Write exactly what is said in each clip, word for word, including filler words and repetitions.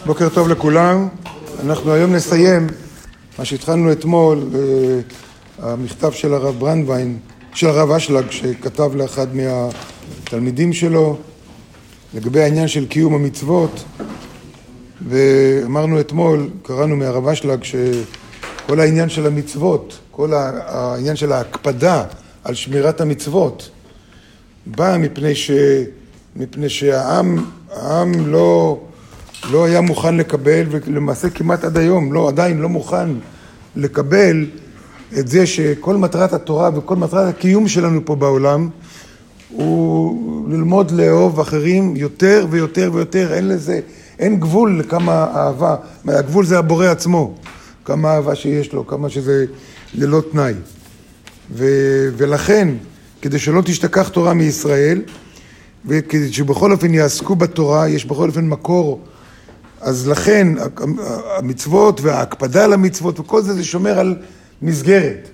בוקר טוב לכולם. אנחנו היום נסיים מה שהתחלנו אתמול, המכתב של הרב ברנדווין, של הרב אשלג, שכתב לאחד מהתלמידים שלו לגבי העניין של קיום המצוות. ואמרנו אתמול, קראנו מהרב אשלג, שכל העניין של המצוות, כל העניין של ההקפדה על שמירת המצוות, בא מפני ש... מפני שהעם העם לא, לא היה מוכן לקבל, ולמעשה כמעט עד היום, לא, עדיין לא מוכן לקבל את זה שכל מטרת התורה וכל מטרת הקיום שלנו פה בעולם, הוא ללמוד לאהוב אחרים יותר ויותר ויותר. אין לזה, אין גבול לכמה אהבה, הגבול זה הבורא עצמו, כמה אהבה שיש לו, כמה שזה ללא תנאי. ו, ולכן, כדי שלא תשתכח תורה מישראל, וכדי שבכל אופן יעסקו בתורה, יש בכל אופן מקור, אז לכן המצוות וההקפדה על המצוות וכל זה, זה שומר על מסגרת.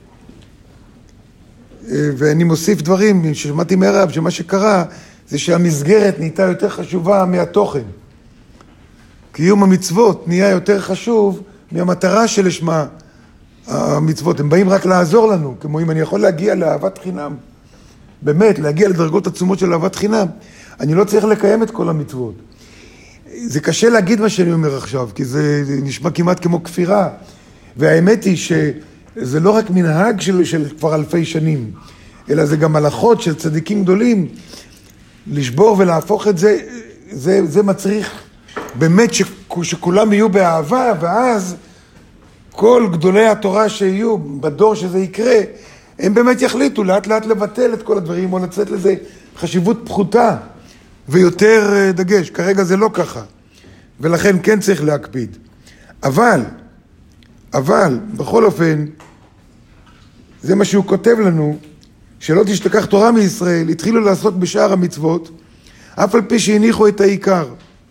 ואני מוסיף דברים, ששמעתי מהרב, שמה שקרה זה שהמסגרת נהייתה יותר חשובה מהתוכן. קיום המצוות נהיה יותר חשוב מהמטרה שלשמה המצוות. הם באים רק לעזור לנו, כמו אם אני יכול להגיע לאהבת חינם, באמת, להגיע לדרגות עצומות של אהבת חינם, אני לא צריך לקיים את כל המצוות. זה קשה להגיד מה שאני אומר עכשיו, כי זה נשמע כמעט כמו כפירה. והאמת היא שזה לא רק מנהג של, של כבר אלפי שנים, אלא זה גם הלכות של צדיקים גדולים. לשבור ולהפוך את זה, זה, זה מצריך באמת שכולם יהיו באהבה, ואז כל גדולי התורה שיהיו בדור שזה יקרה, הם באמת יחליטו לאט לאט לבטל את כל הדברים, או לצאת לזה חשיבות פחותה ויותר דגש. כרגע זה לא ככה, ולכן כן צריך להקפיד. אבל, אבל, בכל אופן, זה מה שהוא כותב לנו, שלא תשתכח תורה מישראל, התחילו לעסוק בשאר המצוות, אף על פי שהניחו את העיקר.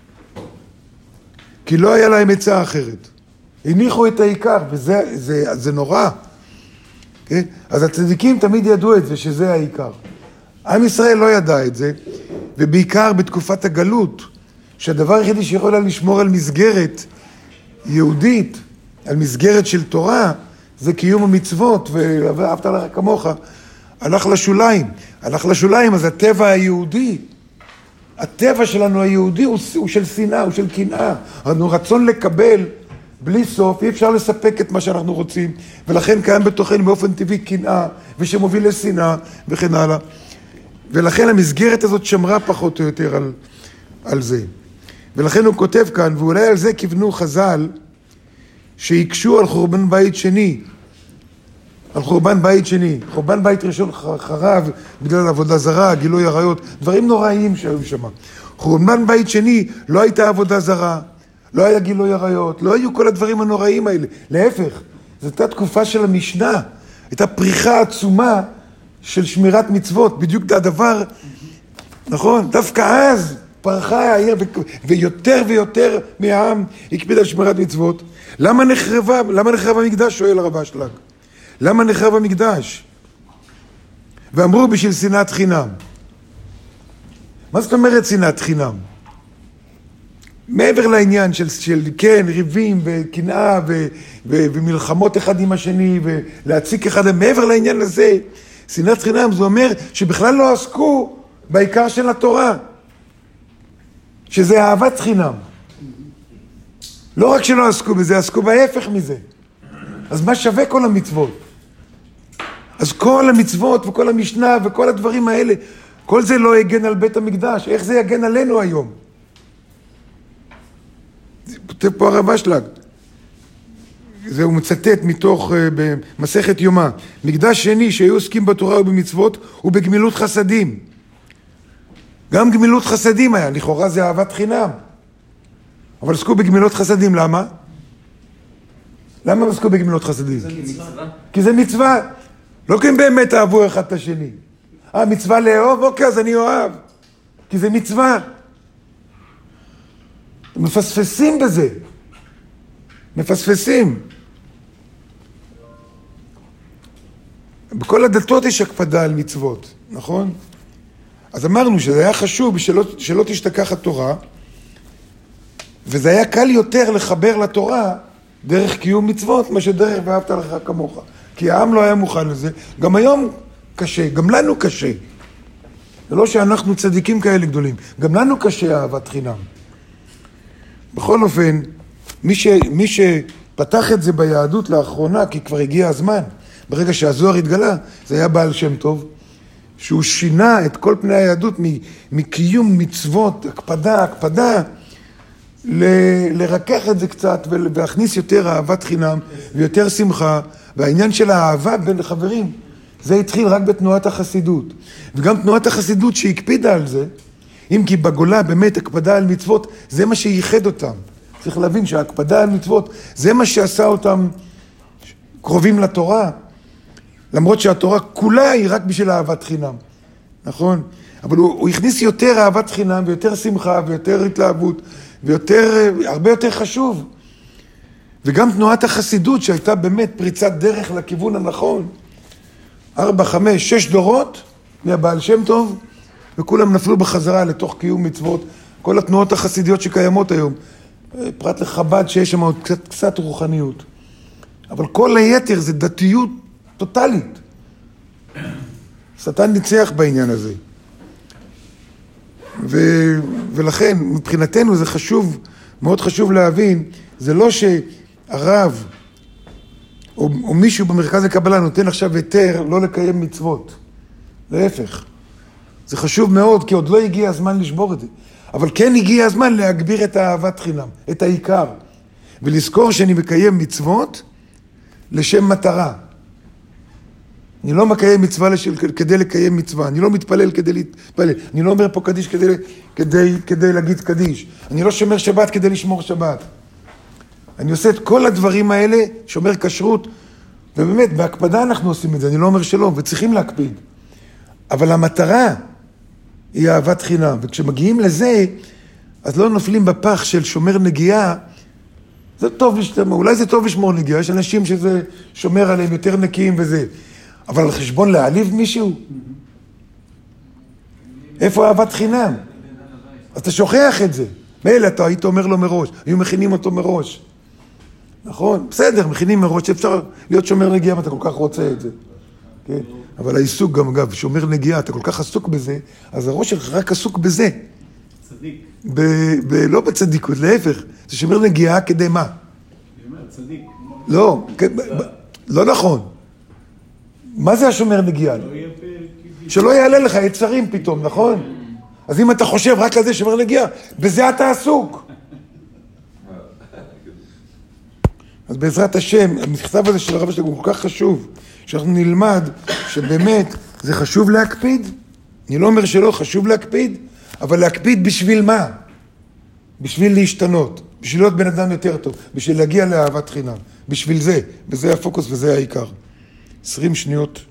כי לא היה להם עצה אחרת. הניחו את העיקר, וזה זה, זה נורא. Okay? אז הצדיקים תמיד ידעו את זה, שזה העיקר. עם ישראל לא ידע את זה, ובעיקר בתקופת הגלות, שהדבר היחידי שיכול היה לשמור על מסגרת יהודית, על מסגרת של תורה, זה קיום המצוות, ואהבת לך כמוך, הלך לשוליים. הלך לשוליים, אז הטבע היהודי, הטבע שלנו היהודי הוא, הוא של שנאה, הוא של קנאה. אנחנו רצון לקבל, בלי סוף, אי אפשר לספק את מה שאנחנו רוצים, ולכן קיים בתוכנו באופן טבעי קנאה, ושמוביל לשנאה, וכן הלאה. ולכן המסגרת הזאת שמרה פחות או יותר על, על זה. ולכן הוא כותב כאן, ואולי על זה כיוונו חז"ל, שיקשו על חורבן בית שני, על חורבן בית שני. חורבן בית ראשון חרב בגלל עבודה זרה, גילוי עריות, דברים נוראים שהיו שם. חורבן בית שני לא הייתה עבודה זרה, לא היה גילוי עריות, לא היו כל הדברים הנוראים האלה. להפך, זו הייתה תקופה של המשנה, הייתה פריחה עצומה של שמירת מצוות, בדיוק הדבר, נכון? דווקא אז פרחה העיר, ויותר ויותר מהעם הקפיד על שמירת מצוות. למה נחרבה, למה נחרב המקדש? שואל הרב אשלג. למה נחרב המקדש? ואמרו בשביל שנאת חינם. מה זאת אומרת שנאת חינם? מעבר לעניין של, של כן, ריבים וקנאה ו, ו, ומלחמות אחד עם השני ולהציק אחד, מעבר לעניין הזה, שנאת חינם זה אומר שבכלל לא עסקו בעיקר של התורה, שזה אהבת חינם. לא רק שלא עסקו בזה, עסקו בהפך מזה. אז מה שווה כל המצוות? אז כל המצוות וכל המשנה וכל הדברים האלה, כל זה לא יגן על בית המקדש. איך זה יגן עלינו היום? כותב פה הרב אשלג. זה הוא מצטט מתוך, במסכת יומא. מקדש שני שהיו עוסקים בתורה ובמצוות ובגמילות חסדים. גם גמילות חסדים היה, לכאורה זה אהבת חינם. אבל עסקו בגמילות חסדים, למה? למה עסקו בגמילות חסדים? זה מצווה. כי זה מצווה. לא כי הם באמת אהבו אחד את השני. אה, מצווה לאהוב? אוקיי, אז אני אוהב. כי זה מצווה. מפספסים בזה. מפספסים. בכל הדתות יש הקפדה על מצוות, נכון? אז אמרנו שזה היה חשוב שלא, שלא תשתכח התורה, וזה היה קל יותר לחבר לתורה דרך קיום מצוות, מה שדרך ואהבת לך כמוך. כי העם לא היה מוכן לזה. גם היום קשה, גם לנו קשה. זה לא שאנחנו צדיקים כאלה גדולים. גם לנו קשה אהבת חינם. בכל אופן, מי, ש, מי שפתח את זה ביהדות לאחרונה, כי כבר הגיע הזמן, ברגע שהזוהר התגלה, זה היה בעל שם טוב, שהוא שינה את כל פני היהדות מקיום מצוות, הקפדה, הקפדה, ל- לרכך את זה קצת ולהכניס יותר אהבת חינם ויותר שמחה, והעניין של האהבה בין חברים, זה התחיל רק בתנועת החסידות. וגם תנועת החסידות שהקפידה על זה, אם כי בגולה באמת הקפדה על מצוות, זה מה שייחד אותם. צריך להבין שההקפדה על מצוות, זה מה שעשה אותם קרובים לתורה, למרות שהתורה כולה היא רק בשביל אהבת חינם, נכון? אבל הוא, הוא הכניס יותר אהבת חינם ויותר שמחה ויותר התלהבות ויותר, הרבה יותר חשוב. וגם תנועת החסידות שהייתה באמת פריצת דרך לכיוון הנכון, ארבע, חמש, שש דורות מהבעל שם טוב, וכולם נפלו בחזרה לתוך קיום מצוות, כל התנועות החסידיות שקיימות היום, פרט לחב"ד שיש שם עוד קצת, קצת רוחניות. אבל כל היתר זה דתיות טוטלית. שטן ניצח בעניין הזה. ו... ולכן, מבחינתנו זה חשוב, מאוד חשוב להבין, זה לא שהרב או, או מישהו במרכז הקבלה נותן עכשיו היתר לא לקיים מצוות. להפך. זה חשוב מאוד, כי עוד לא הגיע הזמן לשבור את זה. אבל כן הגיע הזמן להגביר את האהבת חינם, את העיקר. ולזכור שאני מקיים מצוות לשם מטרה. אני לא מקיים מצווה לשל, כדי לקיים מצווה, אני לא מתפלל כדי להתפלל, אני לא אומר פה קדיש כדי, כדי, כדי להגיד קדיש, אני לא שומר שבת כדי לשמור שבת. אני עושה את כל הדברים האלה, שומר כשרות, ובאמת, בהקפדה אנחנו עושים את זה, אני לא אומר שלא, וצריכים להקפיד. אבל המטרה היא אהבת חינם, וכשמגיעים לזה, אז לא נופלים בפח של שומר נגיעה, זה טוב לשמור, אולי זה טוב לשמור נגיעה, יש אנשים שזה שומר עליהם יותר נקיים וזה, אבל על חשבון להעליב מישהו? איפה אהבת חינם? אז אתה שוכח את זה. מילא אתה היית אומר לו מראש, היו מכינים אותו מראש. נכון? בסדר, מכינים מראש, שאפשר להיות שומר נגיעה, אתה כל כך רוצה את זה. כן? אבל העיסוק גם, אגב, שומר נגיעה, אתה כל כך עסוק בזה, אז הראש שלך רק עסוק בזה. צדיק. ב- ב- לא בצדיקות, להפך. זה שומר נגיעה כדי מה? אני אומר, צדיק. לא, לא נכון. מה זה השומר נגיעה? שלא יעלה לך יצרים פתאום, נכון? אז אם אתה חושב רק על זה שומר נגיעה, בזה אתה עסוק. אז בעזרת השם, המכתב הזה של הרב שלנו הוא כל כך חשוב, שאנחנו נלמד שבאמת זה חשוב להקפיד. אני לא אומר שלא, חשוב להקפיד, אבל להקפיד בשביל מה? בשביל להשתנות, בשביל להיות בן אדם יותר טוב, בשביל להגיע לאהבת חינם, בשביל זה, וזה הפוקוס וזה העיקר. עשרים שניות.